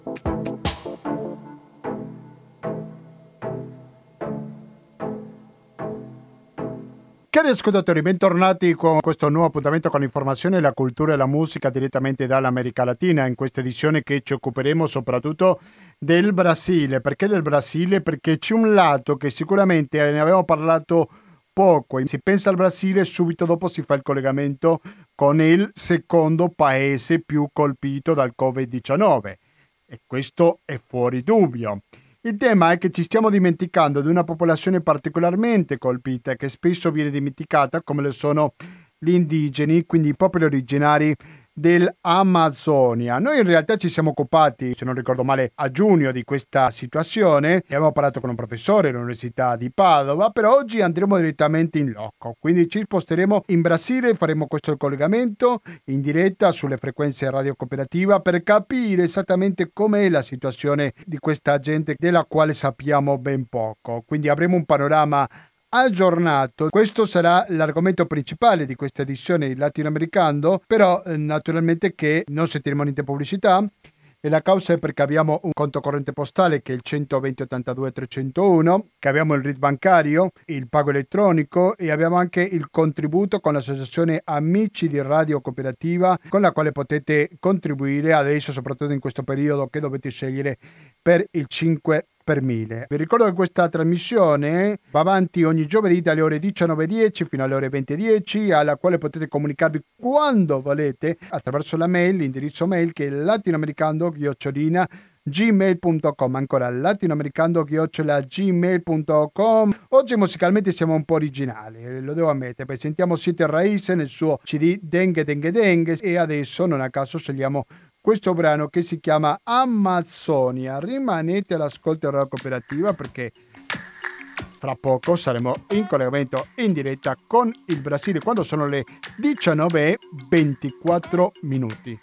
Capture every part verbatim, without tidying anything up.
Cari ascoltatori, bentornati con questo nuovo appuntamento con l'informazione, la cultura e la musica direttamente dall'America Latina. In questa edizione che ci occuperemo soprattutto del Brasile. Perché del Brasile? Perché c'è un lato che sicuramente ne avevamo parlato poco. Si pensa al Brasile, subito dopo si fa il collegamento con il secondo paese più colpito dal covid diciannove. E questo è fuori dubbio. Il tema è che ci stiamo dimenticando di una popolazione particolarmente colpita che spesso viene dimenticata, come lo sono gli indigeni, quindi i popoli originari dell'Amazzonia. Noi in realtà ci siamo occupati, se non ricordo male, a giugno di questa situazione e abbiamo parlato con un professore all'Università di Padova, però oggi andremo direttamente in loco, quindi ci sposteremo in Brasile, faremo questo collegamento in diretta sulle frequenze radio cooperativa per capire esattamente com'è la situazione di questa gente della quale sappiamo ben poco. Quindi avremo un panorama aggiornato. Questo sarà l'argomento principale di questa edizione latinoamericano, però eh, naturalmente che non sentiremo niente pubblicità e la causa è perché abbiamo un conto corrente postale che è il centoventi ottantadue trecentouno, che abbiamo il R I D bancario, il pago elettronico e abbiamo anche il contributo con l'associazione Amici di Radio Cooperativa, con la quale potete contribuire adesso, soprattutto in questo periodo che dovete scegliere per il cinque per mille. Vi ricordo che questa trasmissione va avanti ogni giovedì dalle ore diciannove e dieci fino alle ore venti e dieci, alla quale potete comunicarvi quando volete attraverso la mail, l'indirizzo mail che è latinoamericano chiocciolina gmail punto com, ancora latinoamericano chiocciola gmail punto com. Oggi musicalmente siamo un po' originali, lo devo ammettere, perché sentiamo Siete Raíces nel suo C D Dengue Dengue Dengue e adesso non a caso scegliamo questo brano che si chiama Amazzonia. Rimanete all'ascolto della cooperativa perché fra poco saremo in collegamento in diretta con il Brasile quando sono le diciannove e ventiquattro minuti.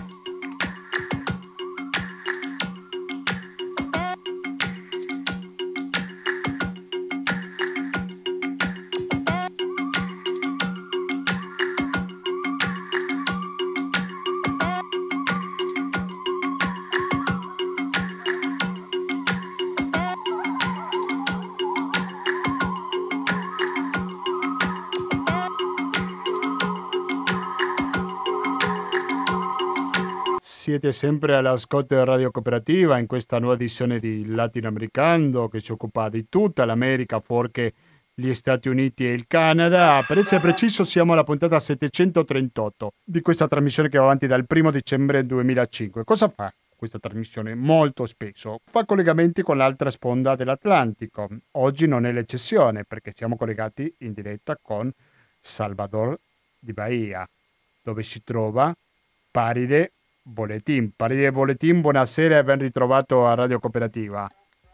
Siete sempre all'ascolto di Radio Cooperativa in questa nuova edizione di Latinoamericano che si occupa di tutta l'America fuorché gli Stati Uniti e il Canada. Per essere preciso siamo alla puntata settecentotrentotto di questa trasmissione che va avanti dal primo dicembre duemilacinque. Cosa fa questa trasmissione? Molto spesso fa collegamenti con l'altra sponda dell'Atlantico. Oggi non è l'eccezione perché siamo collegati in diretta con Salvador di Bahia, dove si trova Paride Boletin. Paride Boletin, buonasera e ben ritrovato a Radio Cooperativa.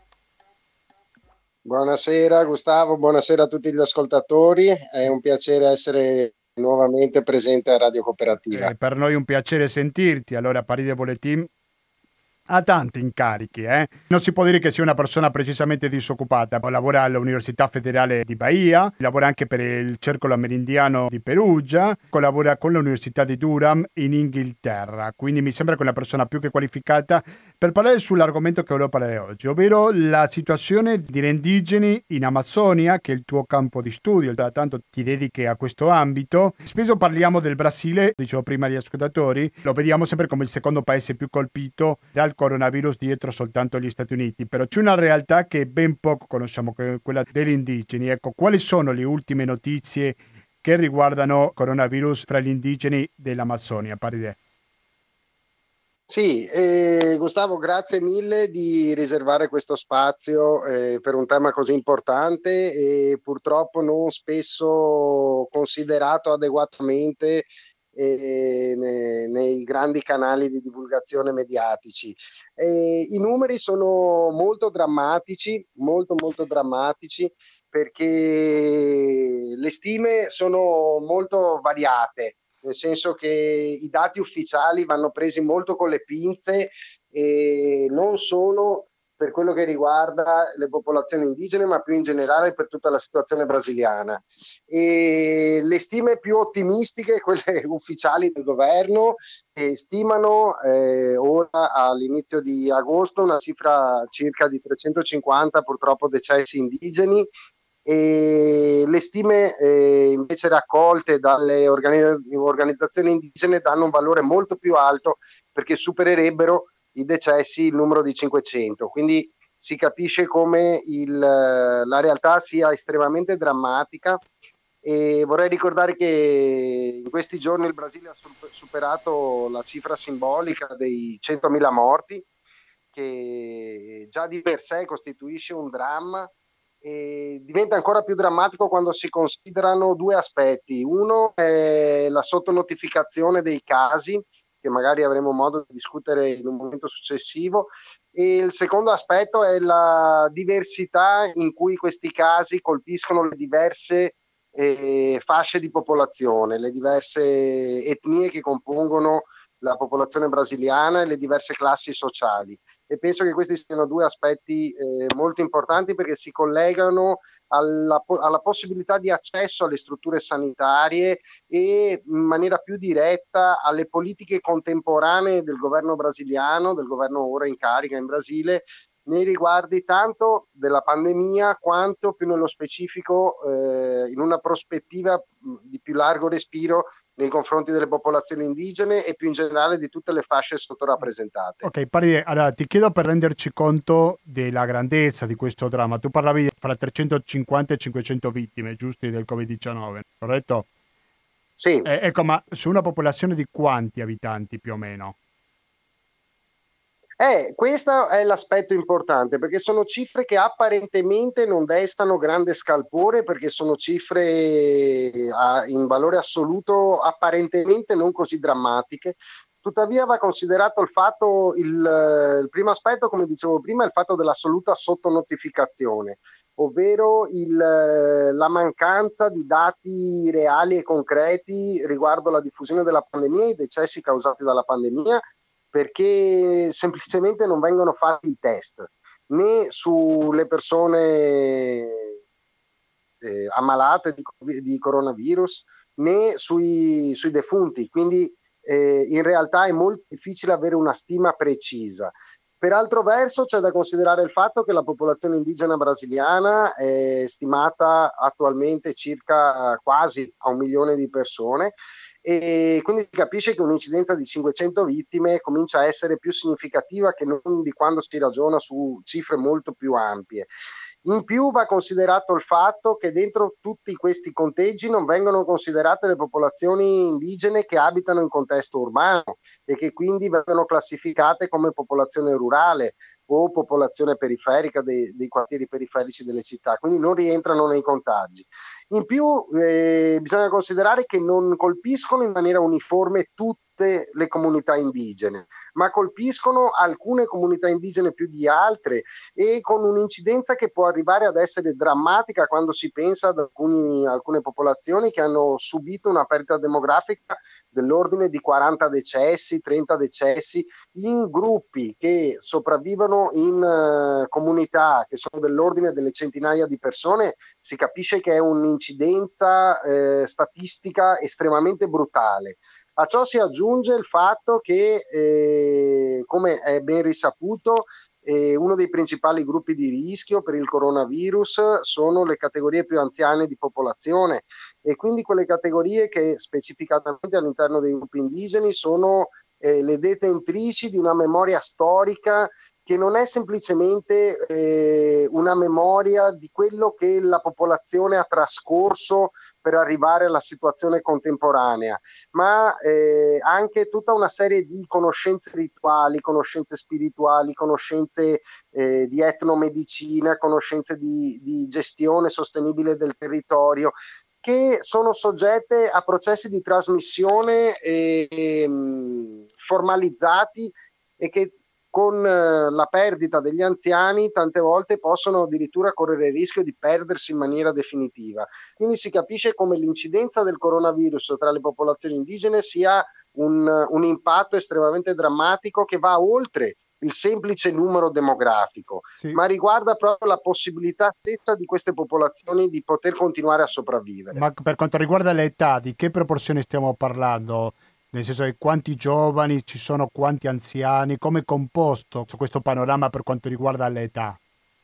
Buonasera Gustavo, buonasera a tutti gli ascoltatori, è un piacere essere nuovamente presente a Radio Cooperativa. Eh, per noi è un piacere sentirti. Allora, Paride Boletin ha tanti incarichi, eh? Non si può dire che sia una persona precisamente disoccupata. Lavora all'Università Federale di Bahia, lavora anche per il Circolo Amerindiano di Perugia, collabora con l'Università di Durham in Inghilterra. Quindi mi sembra che è una persona più che qualificata per parlare sull'argomento che volevo parlare oggi, ovvero la situazione degli indigeni in Amazzonia, che è il tuo campo di studio, da tanto ti dedichi a questo ambito. Spesso parliamo del Brasile, dicevo prima agli ascoltatori, lo vediamo sempre come il secondo paese più colpito dal coronavirus dietro soltanto agli Stati Uniti, però c'è una realtà che ben poco conosciamo, che è quella degli indigeni. Ecco, quali sono le ultime notizie che riguardano coronavirus fra gli indigeni dell'Amazzonia? Paride. Sì, eh, Gustavo, grazie mille di riservare questo spazio eh, per un tema così importante e purtroppo non spesso considerato adeguatamente eh, nei, nei grandi canali di divulgazione mediatici. Eh, I numeri sono molto drammatici, molto molto drammatici, perché le stime sono molto variate, nel senso che i dati ufficiali vanno presi molto con le pinze e non sono per quello che riguarda le popolazioni indigene, ma più in generale per tutta la situazione brasiliana. E le stime più ottimistiche, quelle ufficiali del governo, eh, stimano eh, ora all'inizio di agosto una cifra circa di trecentocinquanta purtroppo decessi indigeni, e le stime eh, invece raccolte dalle organizz- organizzazioni indigene danno un valore molto più alto, perché supererebbero i decessi il numero di cinquecento. Quindi si capisce come il, la realtà sia estremamente drammatica, e vorrei ricordare che in questi giorni il Brasile ha superato la cifra simbolica dei centomila morti, che già di per sé costituisce un dramma, e diventa ancora più drammatico quando si considerano due aspetti. Uno è la sottonotificazione dei casi, che magari avremo modo di discutere in un momento successivo, e il secondo aspetto è la diversità in cui questi casi colpiscono le diverse eh, fasce di popolazione, le diverse etnie che compongono la popolazione brasiliana e le diverse classi sociali. E penso che questi siano due aspetti eh, molto importanti, perché si collegano alla, alla possibilità di accesso alle strutture sanitarie e in maniera più diretta alle politiche contemporanee del governo brasiliano, del governo ora in carica in Brasile, nei riguardi tanto della pandemia quanto più nello specifico eh, in una prospettiva di più largo respiro nei confronti delle popolazioni indigene e più in generale di tutte le fasce sottorappresentate. Ok, parli, allora ti chiedo, per renderci conto della grandezza di questo dramma. Tu parlavi fra trecentocinquanta e cinquecento vittime, giusti, del covid diciannove, corretto? Sì. Eh, ecco, ma su una popolazione di quanti abitanti più o meno? Eh, questo è l'aspetto importante, perché sono cifre che apparentemente non destano grande scalpore, perché sono cifre a, in valore assoluto apparentemente non così drammatiche. Tuttavia va considerato il fatto, il, il primo aspetto, come dicevo prima, è il fatto dell'assoluta sottonotificazione, ovvero il, la mancanza di dati reali e concreti riguardo la diffusione della pandemia e i decessi causati dalla pandemia, perché semplicemente non vengono fatti i test né sulle persone eh, ammalate di, di coronavirus né sui, sui defunti, quindi eh, in realtà è molto difficile avere una stima precisa. Per altro verso c'è da considerare il fatto che la popolazione indigena brasiliana è stimata attualmente circa quasi a un milione di persone, e quindi si capisce che un'incidenza di cinquecento vittime comincia a essere più significativa che non di quando si ragiona su cifre molto più ampie. In più va considerato il fatto che dentro tutti questi conteggi non vengono considerate le popolazioni indigene che abitano in contesto urbano e che quindi vengono classificate come popolazione rurale o popolazione periferica dei, dei quartieri periferici delle città, quindi non rientrano nei contagi. In più eh, bisogna considerare che non colpiscono in maniera uniforme tutte le comunità indigene, ma colpiscono alcune comunità indigene più di altre, e con un'incidenza che può arrivare ad essere drammatica quando si pensa ad alcuni, alcune popolazioni che hanno subito una perdita demografica dell'ordine di quaranta decessi, trenta decessi in gruppi che sopravvivono in uh, comunità che sono dell'ordine delle centinaia di persone. Si capisce che è un'incidenza eh, statistica estremamente brutale. A ciò si aggiunge il fatto che, eh, come è ben risaputo, eh, uno dei principali gruppi di rischio per il coronavirus sono le categorie più anziane di popolazione, e quindi quelle categorie che specificatamente all'interno dei gruppi indigeni sono eh, le detentrici di una memoria storica che non è semplicemente eh, una memoria di quello che la popolazione ha trascorso per arrivare alla situazione contemporanea, ma eh, anche tutta una serie di conoscenze rituali, conoscenze spirituali, conoscenze eh, di etnomedicina, conoscenze di, di gestione sostenibile del territorio, che sono soggette a processi di trasmissione eh, formalizzati, e che con la perdita degli anziani tante volte possono addirittura correre il rischio di perdersi in maniera definitiva. Quindi si capisce come l'incidenza del coronavirus tra le popolazioni indigene sia un, un impatto estremamente drammatico, che va oltre il semplice numero demografico, Sì. ma riguarda proprio la possibilità stessa di queste popolazioni di poter continuare a sopravvivere. Ma per quanto riguarda l'età, di che proporzione stiamo parlando? Nel senso di quanti giovani ci sono, quanti anziani, come è composto su questo panorama per quanto riguarda l'età?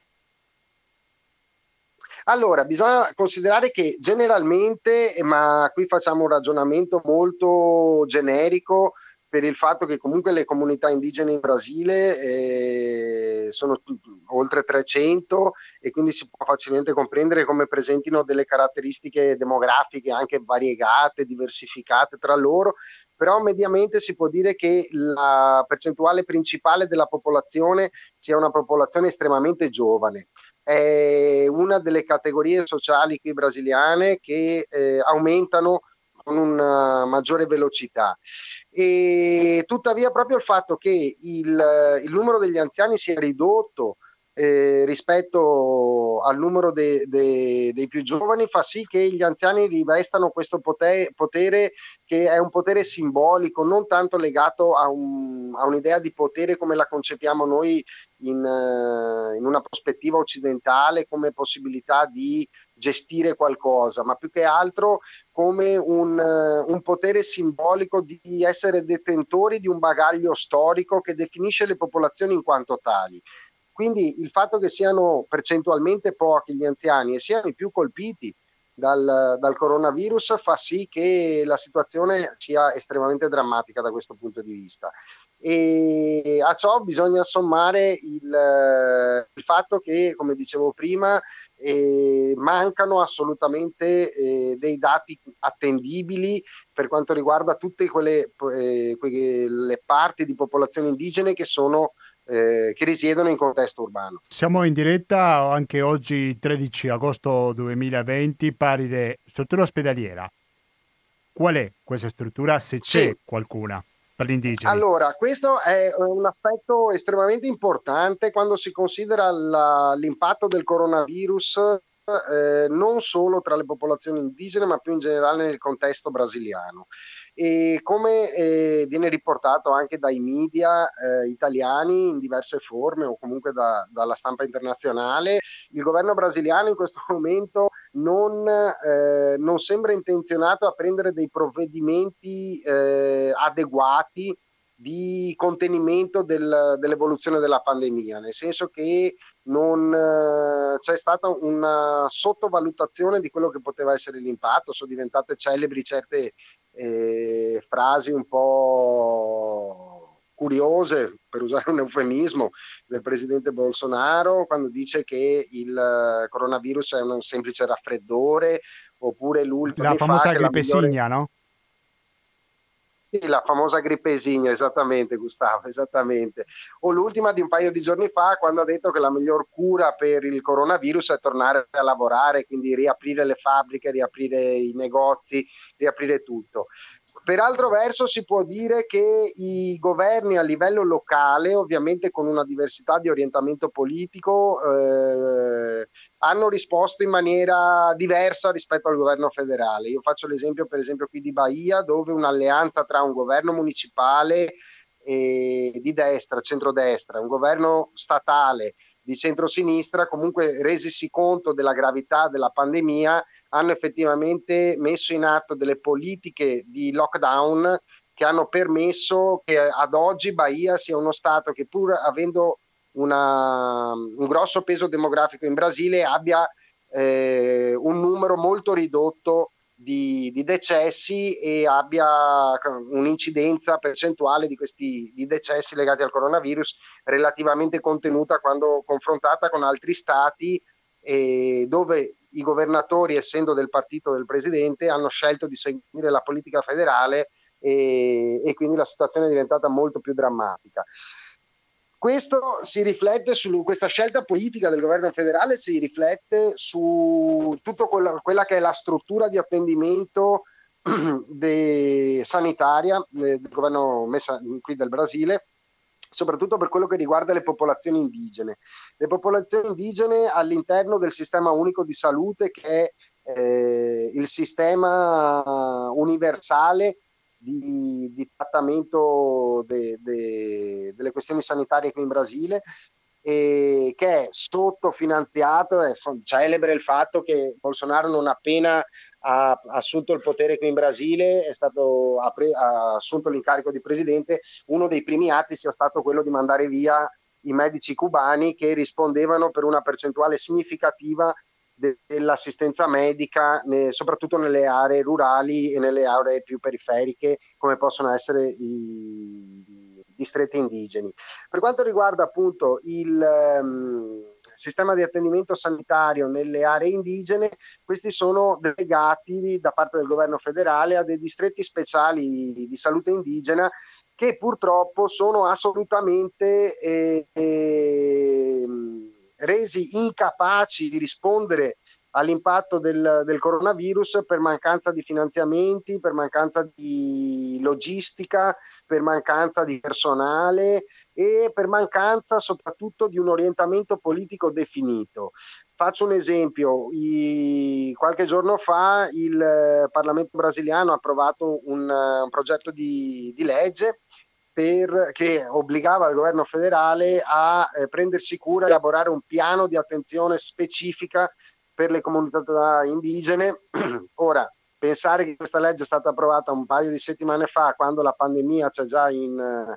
Allora, bisogna considerare che generalmente, eh, ma qui facciamo un ragionamento molto generico, per il fatto che comunque le comunità indigene in Brasile eh, sono t- oltre trecento, e quindi si può facilmente comprendere come presentino delle caratteristiche demografiche anche variegate, diversificate tra loro, però mediamente si può dire che la percentuale principale della popolazione sia una popolazione estremamente giovane. È una delle categorie sociali qui brasiliane che eh, aumentano con una maggiore velocità. E tuttavia proprio il fatto che il, il numero degli anziani sia ridotto eh, rispetto al numero de, de, dei più giovani fa sì che gli anziani rivestano questo potere, potere che è un potere simbolico, non tanto legato a, un, a un'idea di potere come la concepiamo noi in, uh, in una prospettiva occidentale, come possibilità di gestire qualcosa, ma più che altro come un, uh, un potere simbolico di essere detentori di un bagaglio storico che definisce le popolazioni in quanto tali. Quindi il fatto che siano percentualmente pochi gli anziani e siano i più colpiti dal, dal coronavirus fa sì che la situazione sia estremamente drammatica da questo punto di vista. E a ciò bisogna sommare il, il fatto che, come dicevo prima, eh, mancano assolutamente eh, dei dati attendibili per quanto riguarda tutte quelle, eh, quelle parti di popolazione indigene che sono eh, che risiedono in contesto urbano. Siamo in diretta anche oggi, tredici agosto duemilaventi, paride struttura ospedaliera. Qual è questa struttura, se Sì, c'è qualcuna, per gli indigeni? allora, questo è un aspetto estremamente importante quando si considera la, l'impatto del coronavirus eh, non solo tra le popolazioni indigene, ma più in generale nel contesto brasiliano. E come eh, viene riportato anche dai media eh, italiani in diverse forme o comunque da, dalla stampa internazionale, il governo brasiliano in questo momento non, eh, non sembra intenzionato a prendere dei provvedimenti eh, adeguati di contenimento del, dell'evoluzione della pandemia, nel senso che non eh, c'è stata una sottovalutazione di quello che poteva essere l'impatto. Sono diventate celebri certe eh, frasi un po' curiose, per usare un eufemismo, del presidente Bolsonaro quando dice che il coronavirus è un semplice raffreddore, oppure l'ultimo La anni fa famosa che la migliore. grippesigna, no? Sì, la famosa grippesigna, esattamente Gustavo, esattamente. O l'ultima di un paio di giorni fa, quando ha detto che la miglior cura per il coronavirus è tornare a lavorare, quindi riaprire le fabbriche, riaprire i negozi, riaprire tutto. Per altro verso si può dire che i governi a livello locale, ovviamente con una diversità di orientamento politico, eh, hanno risposto in maniera diversa rispetto al governo federale. Io faccio l'esempio per esempio qui di Bahia, dove un'alleanza tra un governo municipale e di destra, centrodestra, un governo statale di centrosinistra, comunque resisi conto della gravità della pandemia, hanno effettivamente messo in atto delle politiche di lockdown che hanno permesso che ad oggi Bahia sia uno stato che, pur avendo una, un grosso peso demografico in Brasile, abbia eh, un numero molto ridotto di, di decessi e abbia un'incidenza percentuale di questi di decessi legati al coronavirus relativamente contenuta quando confrontata con altri stati eh, dove i governatori, essendo del partito del presidente, hanno scelto di seguire la politica federale e, e quindi la situazione è diventata molto più drammatica. Questo si riflette su questa scelta politica del governo federale, si riflette su tutta quella, quella che è la struttura di attendimento de, sanitaria eh, del governo messa qui del Brasile, soprattutto per quello che riguarda le popolazioni indigene. Le popolazioni indigene all'interno del sistema unico di salute, che è eh, il sistema universale di, di trattamento de, de, delle questioni sanitarie qui in Brasile, e che è sottofinanziato. È celebre il fatto che Bolsonaro, non appena ha assunto il potere qui in Brasile, è stato, ha, pre, ha assunto l'incarico di presidente, uno dei primi atti sia stato quello di mandare via i medici cubani, che rispondevano per una percentuale significativa dell'assistenza medica, soprattutto nelle aree rurali e nelle aree più periferiche, come possono essere i distretti indigeni. Per quanto riguarda appunto il um, sistema di attendimento sanitario nelle aree indigene, questi sono delegati da parte del governo federale a dei distretti speciali di salute indigena, che purtroppo sono assolutamente eh, eh, resi incapaci di rispondere all'impatto del, del coronavirus per mancanza di finanziamenti, per mancanza di logistica, per mancanza di personale e per mancanza soprattutto di un orientamento politico definito. Faccio un esempio: I, qualche giorno fa il Parlamento brasiliano ha approvato un, un progetto di, di legge per, che obbligava il governo federale a eh, prendersi cura e elaborare un piano di attenzione specifica per le comunità indigene. Ora, pensare che questa legge è stata approvata un paio di settimane fa, quando la pandemia c'è già in,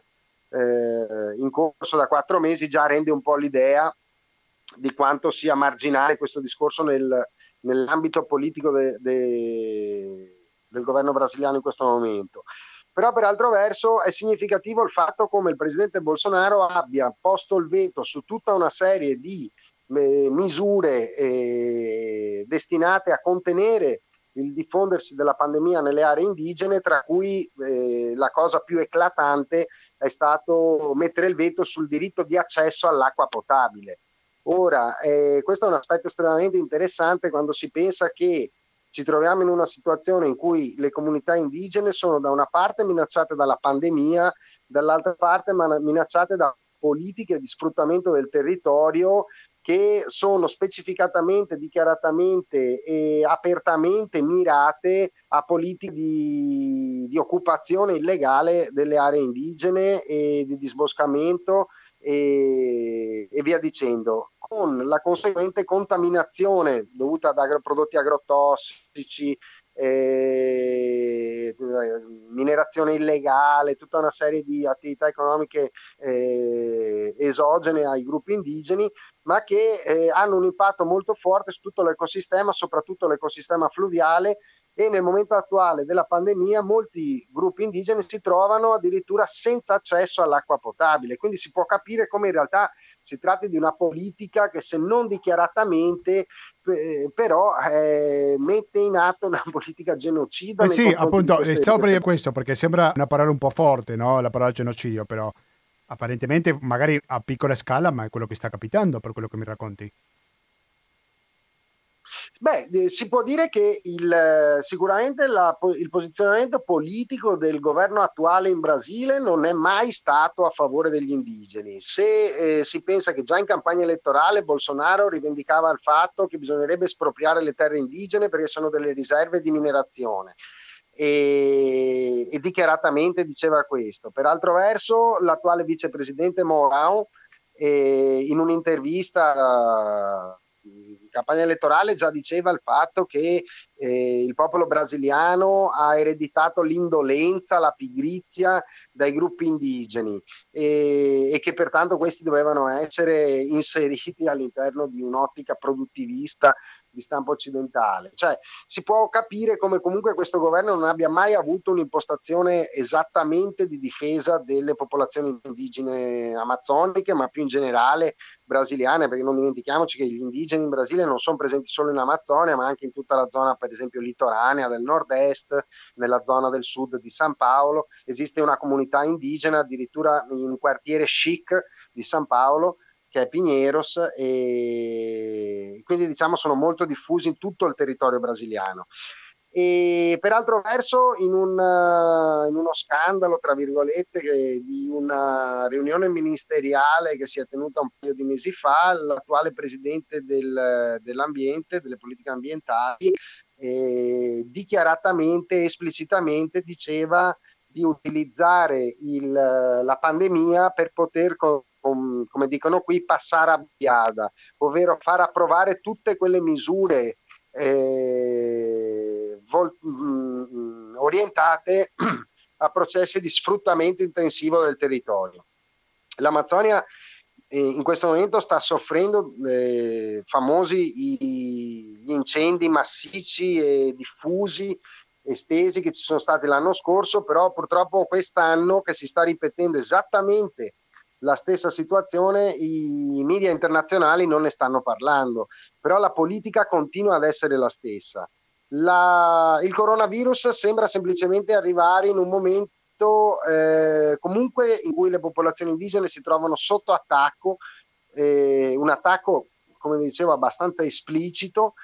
eh, in corso da quattro mesi, già rende un po' l'idea di quanto sia marginale questo discorso nel, nell'ambito politico de, de, del governo brasiliano in questo momento. Però per altro verso è significativo il fatto come il presidente Bolsonaro abbia posto il veto su tutta una serie di eh, misure eh, destinate a contenere il diffondersi della pandemia nelle aree indigene, tra cui eh, la cosa più eclatante è stato mettere il veto sul diritto di accesso all'acqua potabile. Ora, eh, questo è un aspetto estremamente interessante quando si pensa che ci troviamo in una situazione in cui le comunità indigene sono da una parte minacciate dalla pandemia, dall'altra parte minacciate da politiche di sfruttamento del territorio che sono specificatamente, dichiaratamente e apertamente mirate a politiche di, di occupazione illegale delle aree indigene e di disboscamento e, e via dicendo, con la conseguente contaminazione dovuta ad agro, prodotti agrotossici, eh, minerazione illegale, tutta una serie di attività economiche eh, esogene ai gruppi indigeni, ma che eh, hanno un impatto molto forte su tutto l'ecosistema, soprattutto l'ecosistema fluviale, e nel momento attuale della pandemia molti gruppi indigeni si trovano addirittura senza accesso all'acqua potabile. Quindi si può capire come in realtà si tratti di una politica che, se non dichiaratamente, eh, però eh, mette in atto una politica genocida Eh nei sì, confronti appunto, di queste, stavo per queste... dire questo perché sembra una parola un po' forte, no? La parola genocidio, però apparentemente magari a piccola scala, ma è quello che sta capitando per quello che mi racconti. Beh, eh, si può dire che il, sicuramente la, il posizionamento politico del governo attuale in Brasile non è mai stato a favore degli indigeni. Se eh, si pensa che già in campagna elettorale Bolsonaro rivendicava il fatto che bisognerebbe espropriare le terre indigene perché sono delle riserve di minerazione. E, e dichiaratamente diceva questo. Per altro verso, l'attuale vicepresidente Mourão, eh, in un'intervista in campagna elettorale, già diceva il fatto che eh, il popolo brasiliano ha ereditato l'indolenza, la pigrizia dai gruppi indigeni e, e che pertanto questi dovevano essere inseriti all'interno di un'ottica produttivista di stampo occidentale. Cioè, si può capire come comunque questo governo non abbia mai avuto un'impostazione esattamente di difesa delle popolazioni indigene amazzoniche, ma più in generale brasiliane, perché non dimentichiamoci che gli indigeni in Brasile non sono presenti solo in Amazzonia, ma anche in tutta la zona, per esempio, litoranea del nord-est, nella zona del sud di San Paolo. Esiste una comunità indigena addirittura in un quartiere chic di San Paolo, che è Pinheiros, e quindi diciamo sono molto diffusi in tutto il territorio brasiliano. E per altro verso, in, un, in uno scandalo, tra virgolette, che, di una riunione ministeriale che si è tenuta un paio di mesi fa, l'attuale presidente del, dell'ambiente, delle politiche ambientali, eh, dichiaratamente, esplicitamente diceva di utilizzare il, la pandemia per poter, com, com, come dicono qui, passare a biada, ovvero far approvare tutte quelle misure eh, vol- mh, orientate a processi di sfruttamento intensivo del territorio. L'Amazzonia eh, in questo momento sta soffrendo eh, famosi i, gli incendi massicci e diffusi, estesi che ci sono stati l'anno scorso, però purtroppo quest'anno, che si sta ripetendo esattamente la stessa situazione, i media internazionali non ne stanno parlando, però la politica continua ad essere la stessa. La, il coronavirus sembra semplicemente arrivare in un momento eh, comunque in cui le popolazioni indigene si trovano sotto attacco, eh, un attacco, come dicevo, abbastanza esplicito,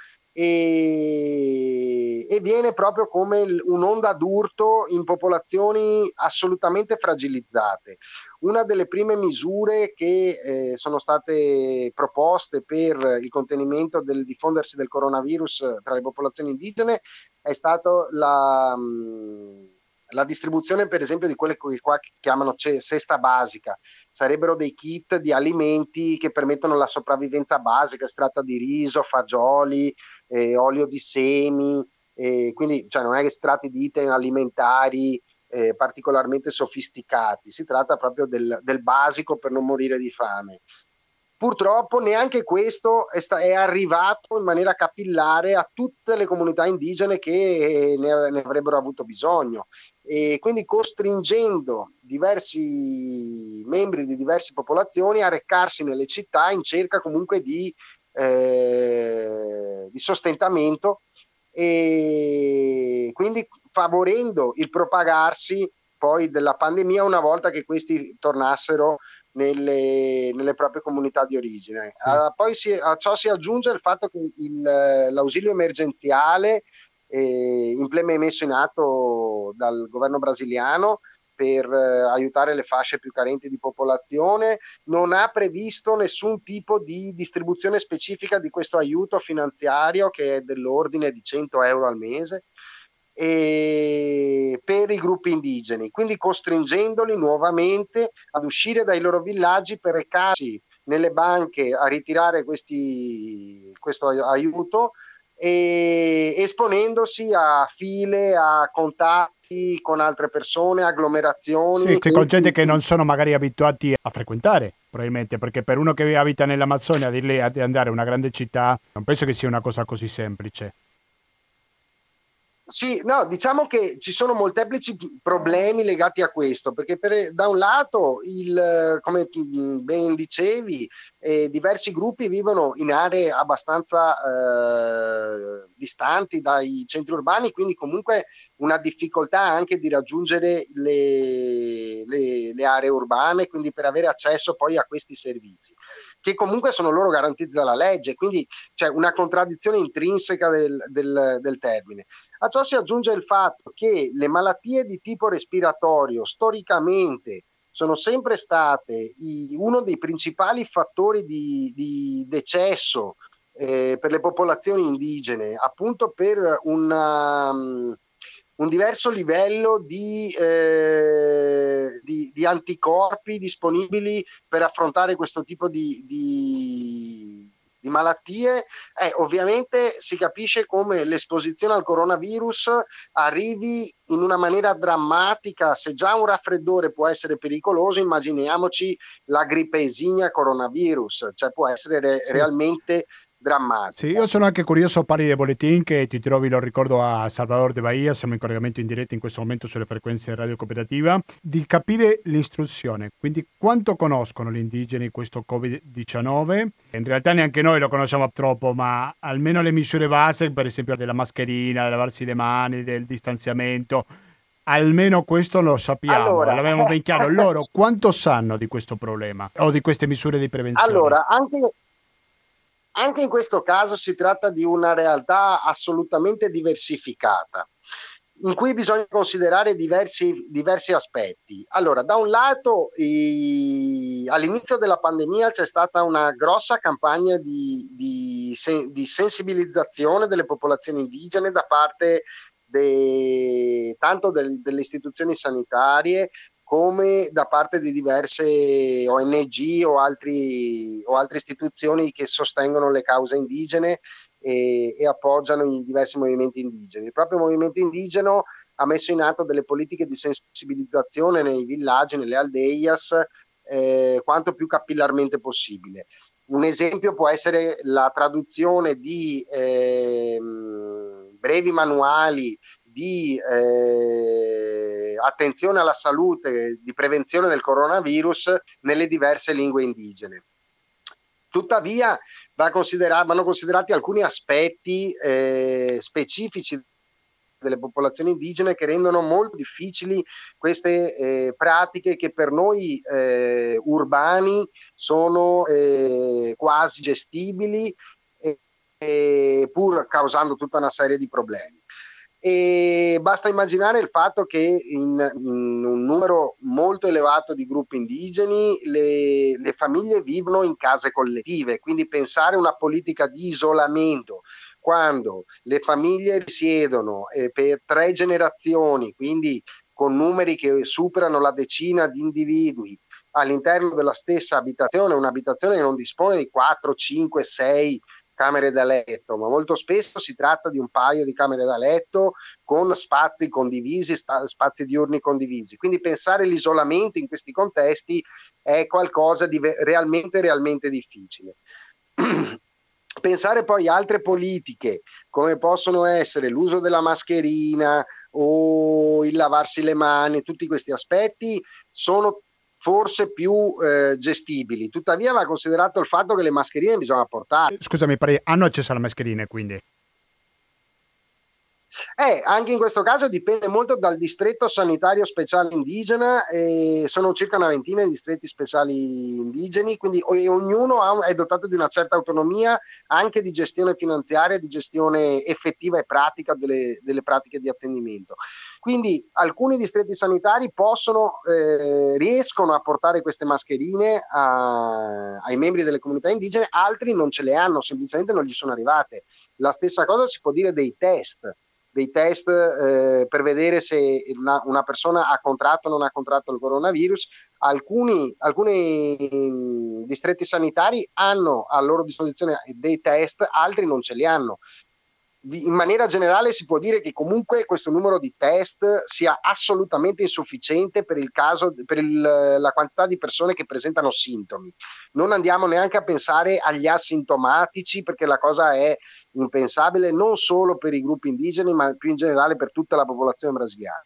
e, e viene proprio come un'onda d'urto in popolazioni assolutamente fragilizzate. Una delle prime misure che eh, sono state proposte per il contenimento del diffondersi del coronavirus tra le popolazioni indigene è stata la, la distribuzione, per esempio, di quelle che qua chiamano cesta basica. Sarebbero dei kit di alimenti che permettono la sopravvivenza basica, si tratta di riso, fagioli, eh, olio di semi, eh, quindi cioè, non è che si tratti di item alimentari eh, particolarmente sofisticati, si tratta proprio del, del basico per non morire di fame. Purtroppo neanche questo è, sta- è arrivato in maniera capillare a tutte le comunità indigene che ne, ne avrebbero avuto bisogno, e quindi costringendo diversi membri di diverse popolazioni a recarsi nelle città in cerca comunque di, eh, di sostentamento, e quindi favorendo il propagarsi poi della pandemia una volta che questi tornassero nelle, nelle proprie comunità di origine. Sì. Uh, poi si, a ciò si aggiunge il fatto che il, l'ausilio emergenziale eh, messo in atto dal governo brasiliano per eh, aiutare le fasce più carenti di popolazione non ha previsto nessun tipo di distribuzione specifica di questo aiuto finanziario, che è dell'ordine di cento euro al mese, e per i gruppi indigeni, quindi costringendoli nuovamente ad uscire dai loro villaggi per recarsi nelle banche a ritirare questi, questo aiuto, e esponendosi a file, a contatti con altre persone, Sì, agglomerazioni. sì, con gente che non sono magari abituati a frequentare, probabilmente, perché per uno che abita nell'Amazzonia dirle di andare a una grande città, non penso che sia una cosa così semplice. Sì, no, diciamo che ci sono molteplici problemi legati a questo, perché per, da un lato, il, come tu ben dicevi, eh, diversi gruppi vivono in aree abbastanza eh, distanti dai centri urbani, quindi comunque una difficoltà anche di raggiungere le, le, le aree urbane, quindi per avere accesso poi a questi servizi, che comunque sono loro garantiti dalla legge, quindi c'è una contraddizione intrinseca del, del, del termine. A ciò si aggiunge il fatto che le malattie di tipo respiratorio storicamente sono sempre state i, uno dei principali fattori di, di decesso eh, per le popolazioni indigene, appunto per una, um, un diverso livello di, eh, di, di anticorpi disponibili per affrontare questo tipo di, di di malattie. Eh, ovviamente si capisce come l'esposizione al coronavirus arrivi in una maniera drammatica. Se già un raffreddore può essere pericoloso, immaginiamoci la grippe esigna coronavirus, cioè può essere re- Sì. realmente Sì, drammatica. io sono anche curioso, pari dei bolletin che ti trovi, lo ricordo, a Salvador de Bahia, siamo in collegamento in diretta in questo momento sulle frequenze radio cooperativa, di capire l'istruzione, quindi quanto conoscono gli indigeni questo covid diciannove. In realtà neanche noi lo conosciamo troppo, ma almeno le misure base, per esempio della mascherina, del lavarsi le mani, del distanziamento, almeno questo lo sappiamo, Allora, l'abbiamo ben chiaro. Loro quanto sanno di questo problema o di queste misure di prevenzione? allora anche Anche in questo caso si tratta di una realtà assolutamente diversificata, in cui bisogna considerare diversi, diversi aspetti. Allora, da un lato, i, all'inizio della pandemia c'è stata una grossa campagna di, di, di sensibilizzazione delle popolazioni indigene da parte de, tanto del, delle istituzioni sanitarie come da parte di diverse O N G o, altri, o altre istituzioni che sostengono le cause indigene e, e appoggiano i diversi movimenti indigeni. Il proprio movimento indigeno ha messo in atto delle politiche di sensibilizzazione nei villaggi, nelle aldeias, eh, quanto più capillarmente possibile. Un esempio può essere la traduzione di eh, brevi manuali di eh, attenzione alla salute, di prevenzione del coronavirus nelle diverse lingue indigene. Tuttavia va considera- vanno considerati alcuni aspetti eh, specifici delle popolazioni indigene che rendono molto difficili queste eh, pratiche che per noi eh, urbani sono eh, quasi gestibili, e, e pur causando tutta una serie di problemi. E basta immaginare il fatto che in, in un numero molto elevato di gruppi indigeni le, le famiglie vivono in case collettive, quindi pensare una politica di isolamento quando le famiglie risiedono eh, per tre generazioni, quindi con numeri che superano la decina di individui all'interno della stessa abitazione, un'abitazione che non dispone di quattro, cinque, sei camere da letto, ma molto spesso si tratta di un paio di camere da letto con spazi condivisi, sta, spazi diurni condivisi. Quindi pensare l'isolamento in questi contesti è qualcosa di realmente, realmente difficile. Pensare poi a altre politiche come possono essere l'uso della mascherina o il lavarsi le mani, tutti questi aspetti sono forse più eh, gestibili. Tuttavia va considerato il fatto che le mascherine bisogna portare. Scusami, hanno accesso alle mascherine quindi? Eh, anche in questo caso dipende molto dal distretto sanitario speciale indigena, eh, sono circa una ventina di distretti speciali indigeni, quindi o- ognuno ha, è dotato di una certa autonomia anche di gestione finanziaria, di gestione effettiva e pratica delle, delle pratiche di attendimento. Quindi alcuni distretti sanitari possono, eh, riescono a portare queste mascherine a, ai membri delle comunità indigene, altri non ce le hanno, semplicemente non gli sono arrivate. La stessa cosa si può dire dei test. dei test eh, per vedere se una, una persona ha contratto o non ha contratto il coronavirus. Alcuni, alcuni mh, distretti sanitari hanno a loro disposizione dei test, altri non ce li hanno. In maniera generale si può dire che comunque questo numero di test sia assolutamente insufficiente per il caso, per il, la quantità di persone che presentano sintomi. Non andiamo neanche a pensare agli asintomatici, perché la cosa è impensabile non solo per i gruppi indigeni, ma più in generale per tutta la popolazione brasiliana.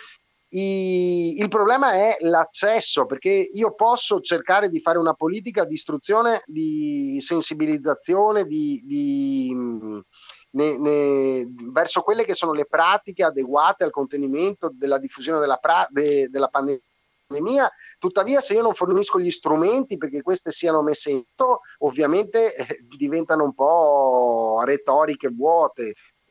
I, il problema è l'accesso, perché io posso cercare di fare una politica di istruzione, di sensibilizzazione, di, di Ne, ne, verso quelle che sono le pratiche adeguate al contenimento della diffusione della, pra, de, della pandemia. Tuttavia, se io non fornisco gli strumenti perché queste siano messe in atto, ovviamente eh, diventano un po' retoriche vuote.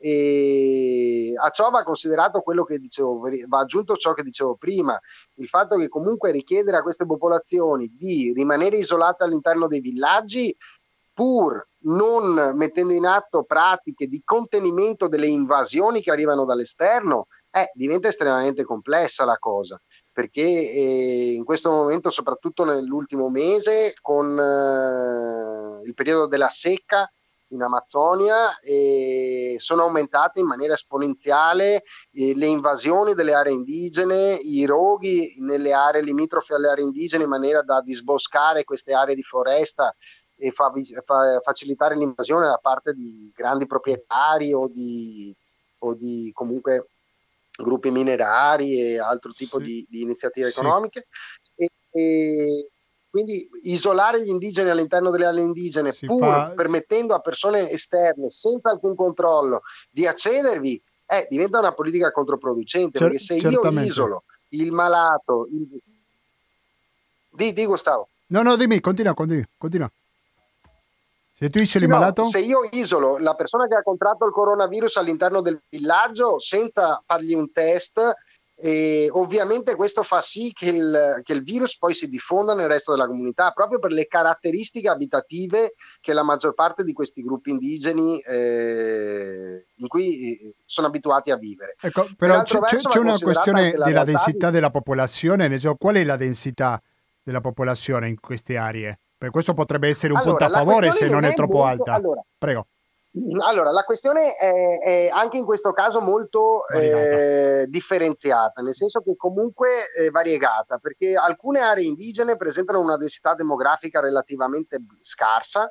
E a ciò va considerato quello che dicevo, va aggiunto ciò che dicevo prima, il fatto che comunque richiedere a queste popolazioni di rimanere isolate all'interno dei villaggi, pur non mettendo in atto pratiche di contenimento delle invasioni che arrivano dall'esterno, eh, diventa estremamente complessa la cosa, perché eh, in questo momento, soprattutto nell'ultimo mese, con eh, il periodo della secca in Amazzonia, eh, sono aumentate in maniera esponenziale eh, le invasioni delle aree indigene, i roghi nelle aree limitrofe alle aree indigene, in maniera da disboscare queste aree di foresta e fa, fa, facilitare l'invasione da parte di grandi proprietari o di, o di comunque gruppi minerari e altro tipo sì. di, di iniziative sì. economiche. E, e quindi isolare gli indigeni all'interno delle aree indigene, si pur fa... permettendo a persone esterne, senza alcun controllo, di accedervi, eh, diventa una politica controproducente, Cer- perché se certamente. io isolo il malato... Il... Di, di Gustavo. No, no, dimmi, continua, continua, continua. Se tu isoli sì, il malato? No, se io isolo la persona che ha contratto il coronavirus all'interno del villaggio senza fargli un test, E ovviamente questo fa sì che il, che il virus poi si diffonda nel resto della comunità, proprio per le caratteristiche abitative che la maggior parte di questi gruppi indigeni eh, in cui eh, sono abituati a vivere. Ecco, Per però altro c'è, c'è- verso c'è va una considerata questione anche la della realtà di... densità della popolazione, ne so, qual è la densità della popolazione in queste aree? Per questo potrebbe essere un punto Allora, a la favore questione se non non è è troppo molto... alta. Allora, Prego, Allora, la questione è, è anche in questo caso molto variegata. eh, differenziata, nel senso che comunque è variegata, perché alcune aree indigene presentano una densità demografica relativamente scarsa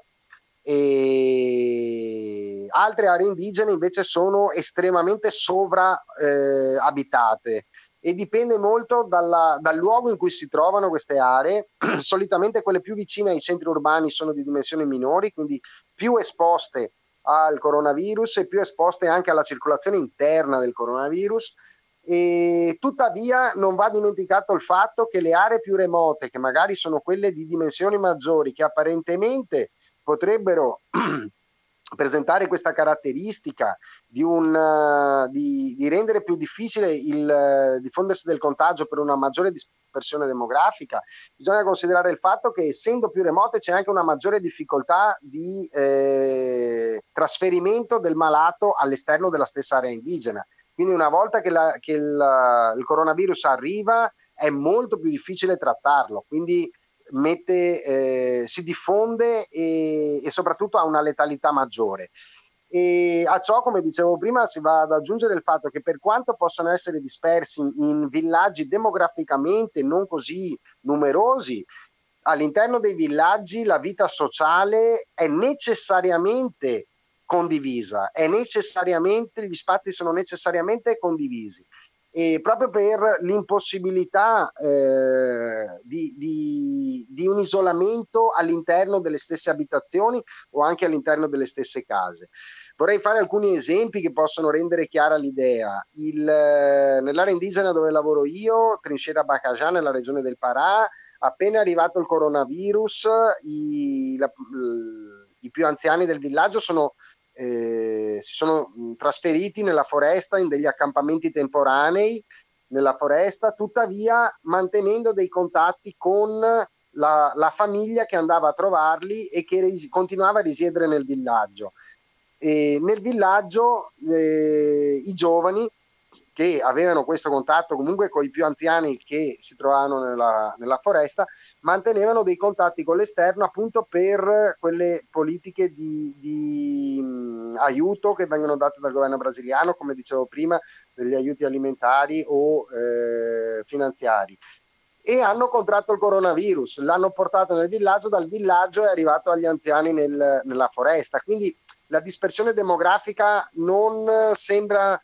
e altre aree indigene invece sono estremamente sovra-abitate e dipende molto dalla- dal luogo in cui si trovano queste aree. Solitamente quelle più vicine ai centri urbani sono di dimensioni minori, quindi più esposte al coronavirus e più esposte anche alla circolazione interna del coronavirus. E tuttavia non va dimenticato il fatto che le aree più remote, che magari sono quelle di dimensioni maggiori, che apparentemente potrebbero presentare questa caratteristica di, un, uh, di, di rendere più difficile il uh, diffondersi del contagio per una maggiore dispersione demografica, bisogna considerare il fatto che essendo più remote c'è anche una maggiore difficoltà di eh, trasferimento del malato all'esterno della stessa area indigena. Quindi una volta che, la, che il, il coronavirus arriva è molto più difficile trattarlo. Quindi mette, eh, si diffonde e, e soprattutto ha una letalità maggiore. E a ciò, come dicevo prima, si va ad aggiungere il fatto che per quanto possano essere dispersi in villaggi demograficamente non così numerosi, all'interno dei villaggi la vita sociale è necessariamente condivisa, è necessariamente, gli spazi sono necessariamente condivisi. E proprio per l'impossibilità eh, di, di, di un isolamento all'interno delle stesse abitazioni o anche all'interno delle stesse case. Vorrei fare alcuni esempi che possono rendere chiara l'idea. Il, nell'area indigena dove lavoro io, Trinchera Bacajá, nella regione del Pará, appena è arrivato il coronavirus, i, la, i più anziani del villaggio sono eh, si sono trasferiti nella foresta in degli accampamenti temporanei nella foresta, tuttavia mantenendo dei contatti con la, la famiglia che andava a trovarli e che ris- continuava a risiedere nel villaggio. E nel villaggio eh, i giovani che avevano questo contatto comunque con i più anziani che si trovavano nella, nella foresta, mantenevano dei contatti con l'esterno appunto per quelle politiche di, di mh, aiuto che vengono date dal governo brasiliano, come dicevo prima, degli aiuti alimentari o eh, finanziari. E hanno contratto il coronavirus, l'hanno portato nel villaggio, dal villaggio è arrivato agli anziani nel, nella foresta. Quindi la dispersione demografica non sembra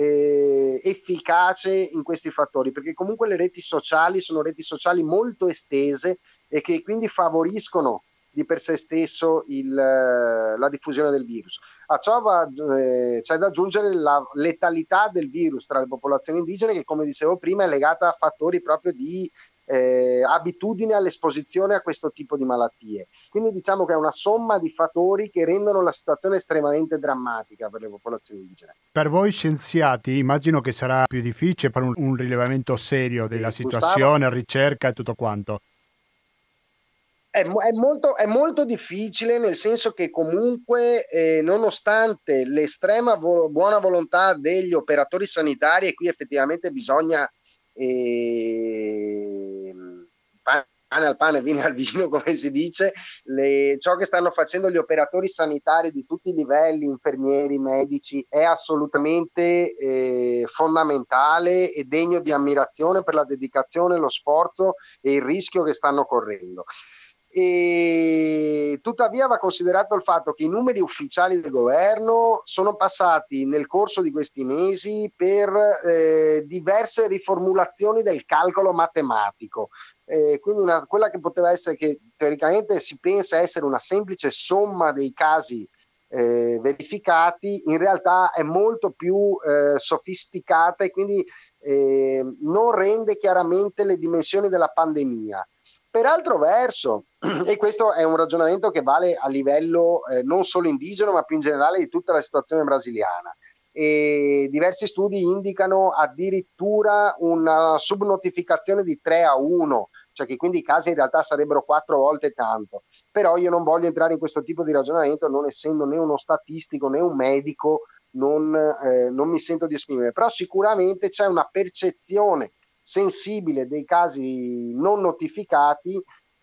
eh, efficace in questi fattori, perché comunque le reti sociali sono reti sociali molto estese e che quindi favoriscono di per sé stesso il, la diffusione del virus. A ciò va, eh, c'è da aggiungere la letalità del virus tra le popolazioni indigene che, come dicevo prima, è legata a fattori proprio di eh, abitudine all'esposizione a questo tipo di malattie. Quindi diciamo che è una somma di fattori che rendono la situazione estremamente drammatica per le popolazioni indigene. Per voi scienziati immagino che sarà più difficile fare un, un rilevamento serio della Eh, Gustavo? situazione, ricerca e tutto quanto. È, è, molto, è molto difficile, nel senso che comunque eh, nonostante l'estrema vo- buona volontà degli operatori sanitari, e qui effettivamente bisogna eh, pane al pane, vino al vino, come si dice, le, ciò che stanno facendo gli operatori sanitari di tutti i livelli, infermieri, medici, è assolutamente eh, fondamentale e degno di ammirazione per la dedicazione, lo sforzo e il rischio che stanno correndo. E tuttavia va considerato il fatto che i numeri ufficiali del governo sono passati nel corso di questi mesi per eh, diverse riformulazioni del calcolo matematico. Eh, quindi una, quella che poteva essere, che teoricamente si pensa essere una semplice somma dei casi eh, verificati, in realtà è molto più eh, sofisticata e quindi eh, non rende chiaramente le dimensioni della pandemia. Per altro verso, e questo è un ragionamento che vale a livello eh, non solo indigeno, ma più in generale di tutta la situazione brasiliana, e diversi studi indicano addirittura una subnotificazione di tre a uno, cioè che quindi i casi in realtà sarebbero quattro volte tanto. Però io non voglio entrare in questo tipo di ragionamento, non essendo né uno statistico né un medico, non, eh, non mi sento di esprimere, però sicuramente c'è una percezione sensibile dei casi non notificati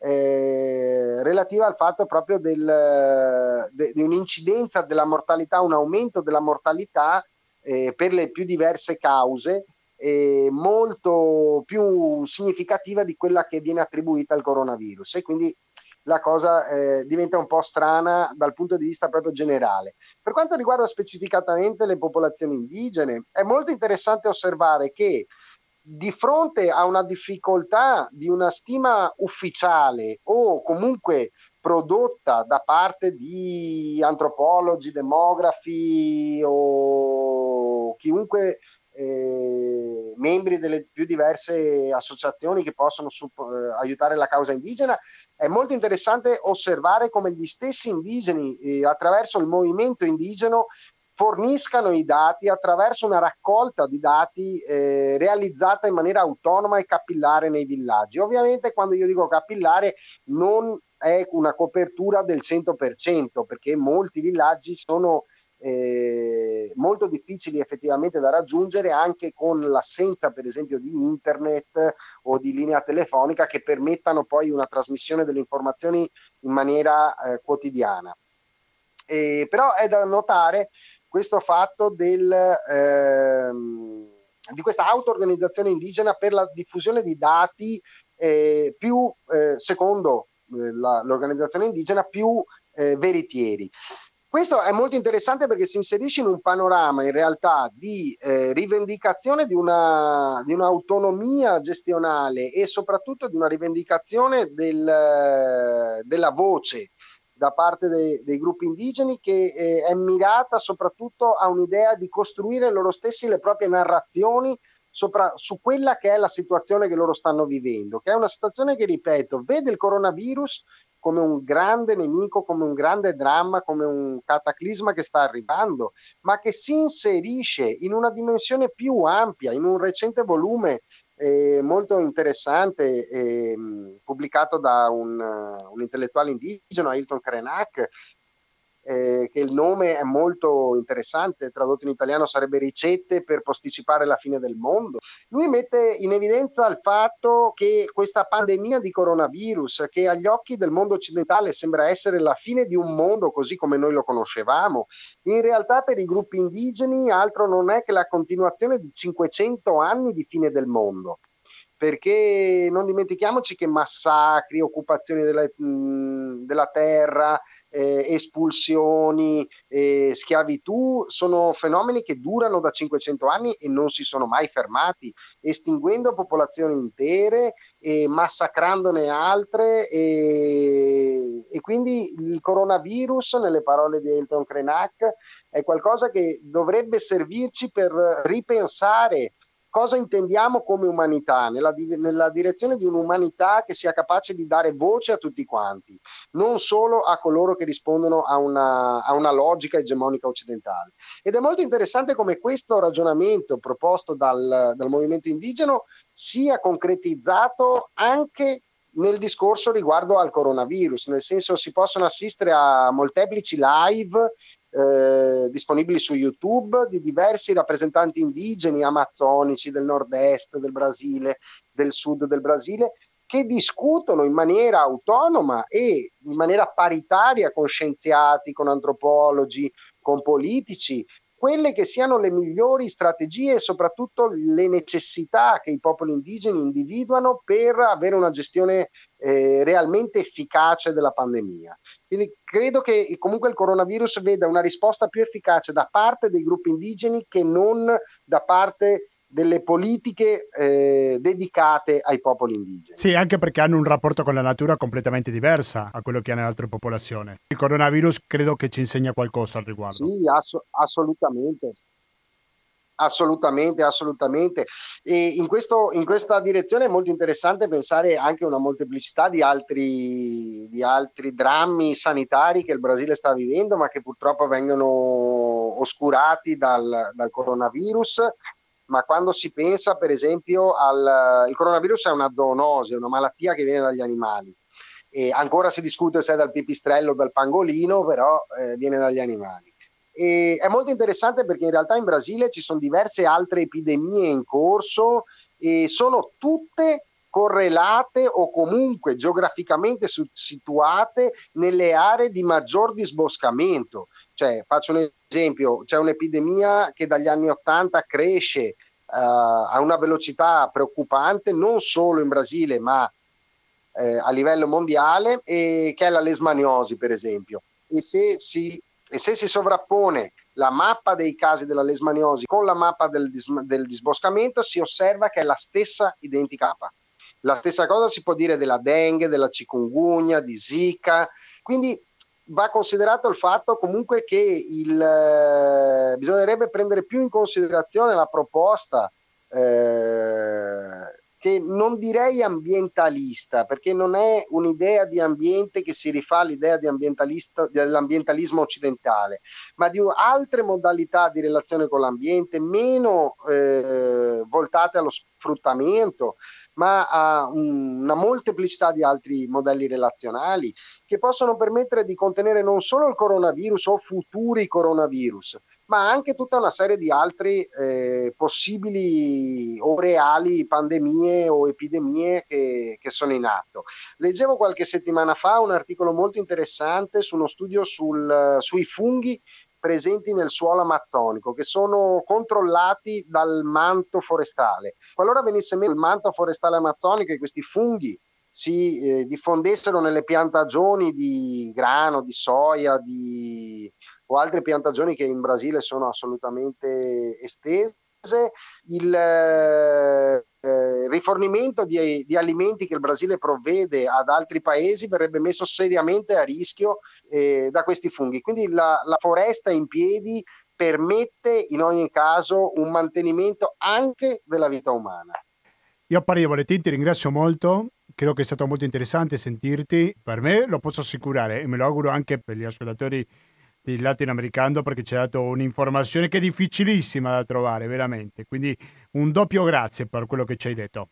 eh, relativa al fatto proprio del, de, di un'incidenza della mortalità, un aumento della mortalità eh, per le più diverse cause, eh, molto più significativa di quella che viene attribuita al coronavirus, e quindi la cosa eh, diventa un po' strana dal punto di vista proprio generale. Per quanto riguarda specificatamente le popolazioni indigene, è molto interessante osservare che di fronte a una difficoltà di una stima ufficiale o comunque prodotta da parte di antropologi, demografi o chiunque eh, membri delle più diverse associazioni che possono supp- eh, aiutare la causa indigena, è molto interessante osservare come gli stessi indigeni eh, attraverso il movimento indigeno forniscano i dati attraverso una raccolta di dati eh, realizzata in maniera autonoma e capillare nei villaggi. Ovviamente quando io dico capillare non è una copertura del cento per cento, perché molti villaggi sono eh, molto difficili effettivamente da raggiungere, anche con l'assenza per esempio di internet o di linea telefonica che permettano poi una trasmissione delle informazioni in maniera eh, quotidiana. Eh, però è da notare questo fatto del, ehm, di questa auto-organizzazione indigena per la diffusione di dati eh, più, eh, secondo eh, la, l'organizzazione indigena, più eh, veritieri. Questo è molto interessante perché si inserisce in un panorama in realtà di eh, rivendicazione di, una, di un'autonomia gestionale e soprattutto di una rivendicazione del, della voce da parte dei, dei gruppi indigeni, che eh, è mirata soprattutto a un'idea di costruire loro stessi le proprie narrazioni sopra, su quella che è la situazione che loro stanno vivendo, che è una situazione che, ripeto, vede il coronavirus come un grande nemico, come un grande dramma, come un cataclisma che sta arrivando, ma che si inserisce in una dimensione più ampia, in un recente volume eh, molto interessante, eh, pubblicato da un, uh, un intellettuale indigeno, Ailton Krenak, eh, che il nome è molto interessante, tradotto in italiano sarebbe Ricette per posticipare la fine del mondo. Lui mette in evidenza il fatto che questa pandemia di coronavirus, che agli occhi del mondo occidentale sembra essere la fine di un mondo così come noi lo conoscevamo, in realtà per i gruppi indigeni altro non è che la continuazione di cinquecento anni di fine del mondo. Perché non dimentichiamoci che massacri, occupazioni della, mh, della terra, eh, espulsioni, eh, schiavitù sono fenomeni che durano da cinquecento anni e non si sono mai fermati, estinguendo popolazioni intere e massacrandone altre, e, e quindi il coronavirus, nelle parole di Ailton Krenak, è qualcosa che dovrebbe servirci per ripensare cosa intendiamo come umanità, nella, nella direzione di un'umanità che sia capace di dare voce a tutti quanti, non solo a coloro che rispondono a una, a una logica egemonica occidentale. Ed è molto interessante come questo ragionamento proposto dal, dal movimento indigeno sia concretizzato anche nel discorso riguardo al coronavirus, nel senso si possono assistere a molteplici live Eh, disponibili su YouTube di diversi rappresentanti indigeni amazzonici del nord-est del Brasile, del sud del Brasile, che discutono in maniera autonoma e in maniera paritaria con scienziati, con antropologi, con politici, quelle che siano le migliori strategie e soprattutto le necessità che i popoli indigeni individuano per avere una gestione eh, realmente efficace della pandemia. Quindi credo che comunque il coronavirus veda una risposta più efficace da parte dei gruppi indigeni che non da parte delle politiche eh, dedicate ai popoli indigeni. Sì, anche perché hanno un rapporto con la natura completamente diversa a quello che hanno altre popolazioni. Il coronavirus credo che ci insegna qualcosa al riguardo. Sì, ass- assolutamente. Assolutamente, assolutamente. E in, questo, in questa direzione è molto interessante pensare anche a una molteplicità di altri, di altri drammi sanitari che il Brasile sta vivendo, ma che purtroppo vengono oscurati dal, dal coronavirus, ma quando si pensa per esempio al... il coronavirus è una zoonosi, è una malattia che viene dagli animali. E ancora si discute se è dal pipistrello o dal pangolino, però eh, viene dagli animali. E è molto interessante perché in realtà in Brasile ci sono diverse altre epidemie in corso e sono tutte correlate o comunque geograficamente situate nelle aree di maggior disboscamento. Cioè, faccio un esempio, c'è un'epidemia che dagli anni ottanta cresce uh, a una velocità preoccupante, non solo in Brasile, ma eh, a livello mondiale, e che è la lesmaniosi, per esempio. E se si, e se si sovrappone la mappa dei casi della lesmaniosi con la mappa del, dis, del disboscamento, si osserva che è la stessa identica mappa. La stessa cosa si può dire della dengue, della chikungunya, di Zika. Quindi va considerato il fatto comunque che il, eh, bisognerebbe prendere più in considerazione la proposta eh, che non direi ambientalista, perché non è un'idea di ambiente che si rifà all'idea di ambientalista, dell'ambientalismo occidentale, ma di altre modalità di relazione con l'ambiente, meno eh, voltate allo sfruttamento, ma a una molteplicità di altri modelli relazionali che possono permettere di contenere non solo il coronavirus o futuri coronavirus, ma anche tutta una serie di altri eh, possibili o reali pandemie o epidemie che, che sono in atto. Leggevo qualche settimana fa un articolo molto interessante su uno studio sul, sui funghi presenti nel suolo amazzonico, che sono controllati dal manto forestale. Qualora venisse meno il manto forestale amazzonico e questi funghi si eh, diffondessero nelle piantagioni di grano, di soia, di o altre piantagioni che in Brasile sono assolutamente estese, il eh, rifornimento di, di alimenti che il Brasile provvede ad altri paesi verrebbe messo seriamente a rischio eh, da questi funghi. Quindi la, la foresta in piedi permette in ogni caso un mantenimento anche della vita umana. Io Pari de Boletín ti ringrazio molto, credo che è stato molto interessante sentirti, per me lo posso assicurare e me lo auguro anche per gli ascoltatori di latinoamericano, perché ci ha dato un'informazione che è difficilissima da trovare veramente, quindi un doppio grazie per quello che ci hai detto.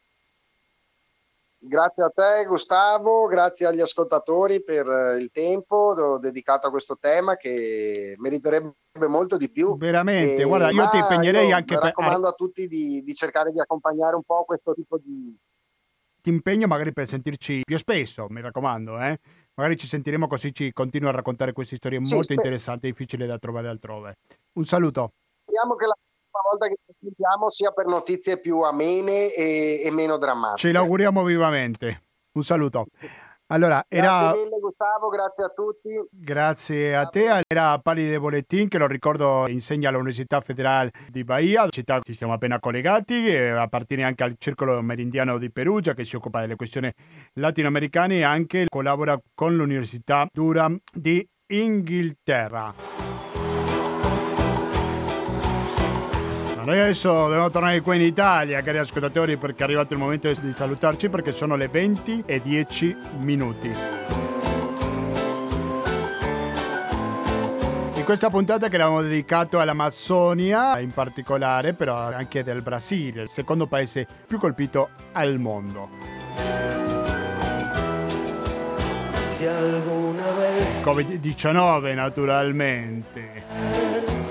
Grazie a te Gustavo, grazie agli ascoltatori per il tempo dedicato a questo tema che meriterebbe molto di più. Veramente, e, guarda, io ti impegnerei io anche per... raccomando per... a tutti di, di cercare di accompagnare un po' questo tipo di... Ti impegno magari per sentirci più spesso, mi raccomando, eh? Magari ci sentiremo così ci continua a raccontare queste storie sì, molto sper- interessanti e difficili da trovare altrove. Un saluto. Speriamo che la prossima volta che ci sentiamo sia per notizie più amene e, e meno drammatiche. Ce l'auguriamo vivamente. Un saluto. Allora, Grazie era... mille Gustavo, grazie a tutti. Grazie a te. Era Pali de Boletín, che lo ricordo insegna all'Università Federale di Bahia, città ci siamo appena collegati, e appartiene anche al Circolo Merindiano di Perugia, che si occupa delle questioni latinoamericane e anche collabora con l'Università Durham di Inghilterra. Noi adesso dobbiamo tornare qua in Italia, cari ascoltatori, perché è arrivato il momento di salutarci, perché sono le venti e dieci minuti. In questa puntata che l'abbiamo dedicato all'Amazzonia, in particolare, però anche del Brasile, il secondo paese più colpito al mondo. covid diciannove, naturalmente.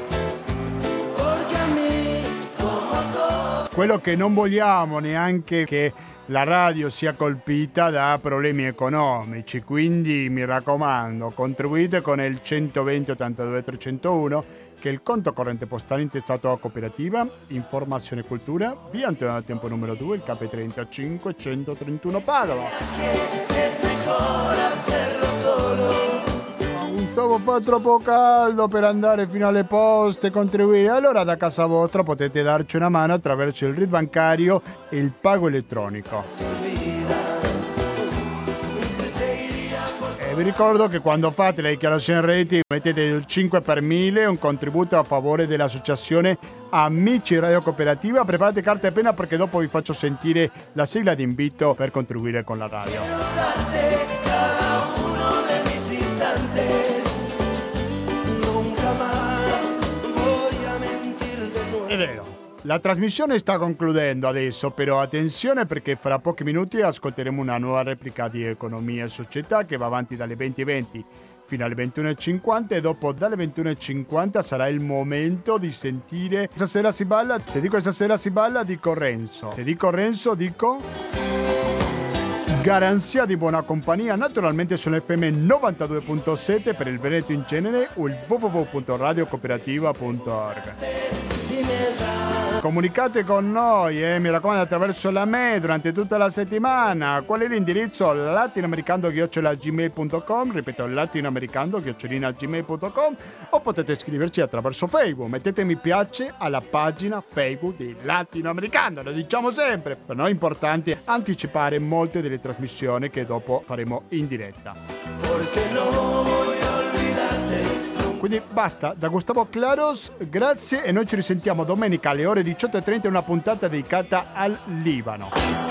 Quello che non vogliamo neanche che la radio sia colpita da problemi economici, quindi mi raccomando, contribuite con il centoventi ottantadue trecentouno, che è il conto corrente postale intestato a Cooperativa Informazione e Cultura, via Antonio da Tempo numero due, il K trentacinque centotrentuno Padova. Gustavo, fa troppo caldo per andare fino alle poste e contribuire. Allora da casa vostra potete darci una mano attraverso il R I D bancario e il pago elettronico. E vi ricordo che quando fate la dichiarazione redditi mettete il cinque per mille, un contributo a favore dell'associazione Amici Radio Cooperativa. Preparate carta e penna perché dopo vi faccio sentire la sigla di invito per contribuire con la radio. È vero. La trasmissione sta concludendo adesso, però attenzione perché fra pochi minuti ascolteremo una nuova replica di Economia e Società che va avanti dalle venti e venti fino alle ventuno e cinquanta e dopo dalle ventuno e cinquanta sarà il momento di sentire Stasera si balla. Se dico Stasera si balla dico Renzo. Se dico Renzo dico garanzia di buona compagnia, naturalmente sull'F M novantadue virgola sette per il Veneto in genere o il w w w punto radio cooperativa punto org. Comunicate con noi, eh, mi raccomando, attraverso la mail durante tutta la settimana. Qual è l'indirizzo? latinoamericano chiocciola gmail punto com, ripeto, latinoamericano chiocciola gmail punto com, o potete scriverci attraverso Facebook. Mettete mi piace alla pagina Facebook di Latinoamericano, lo diciamo sempre. Per noi è importante anticipare molte delle trasmissioni che dopo faremo in diretta. Perché no voglio olvidarte. Quindi basta, da Gustavo Claros, grazie e noi ci risentiamo domenica alle ore diciotto e trenta in una puntata dedicata al Libano.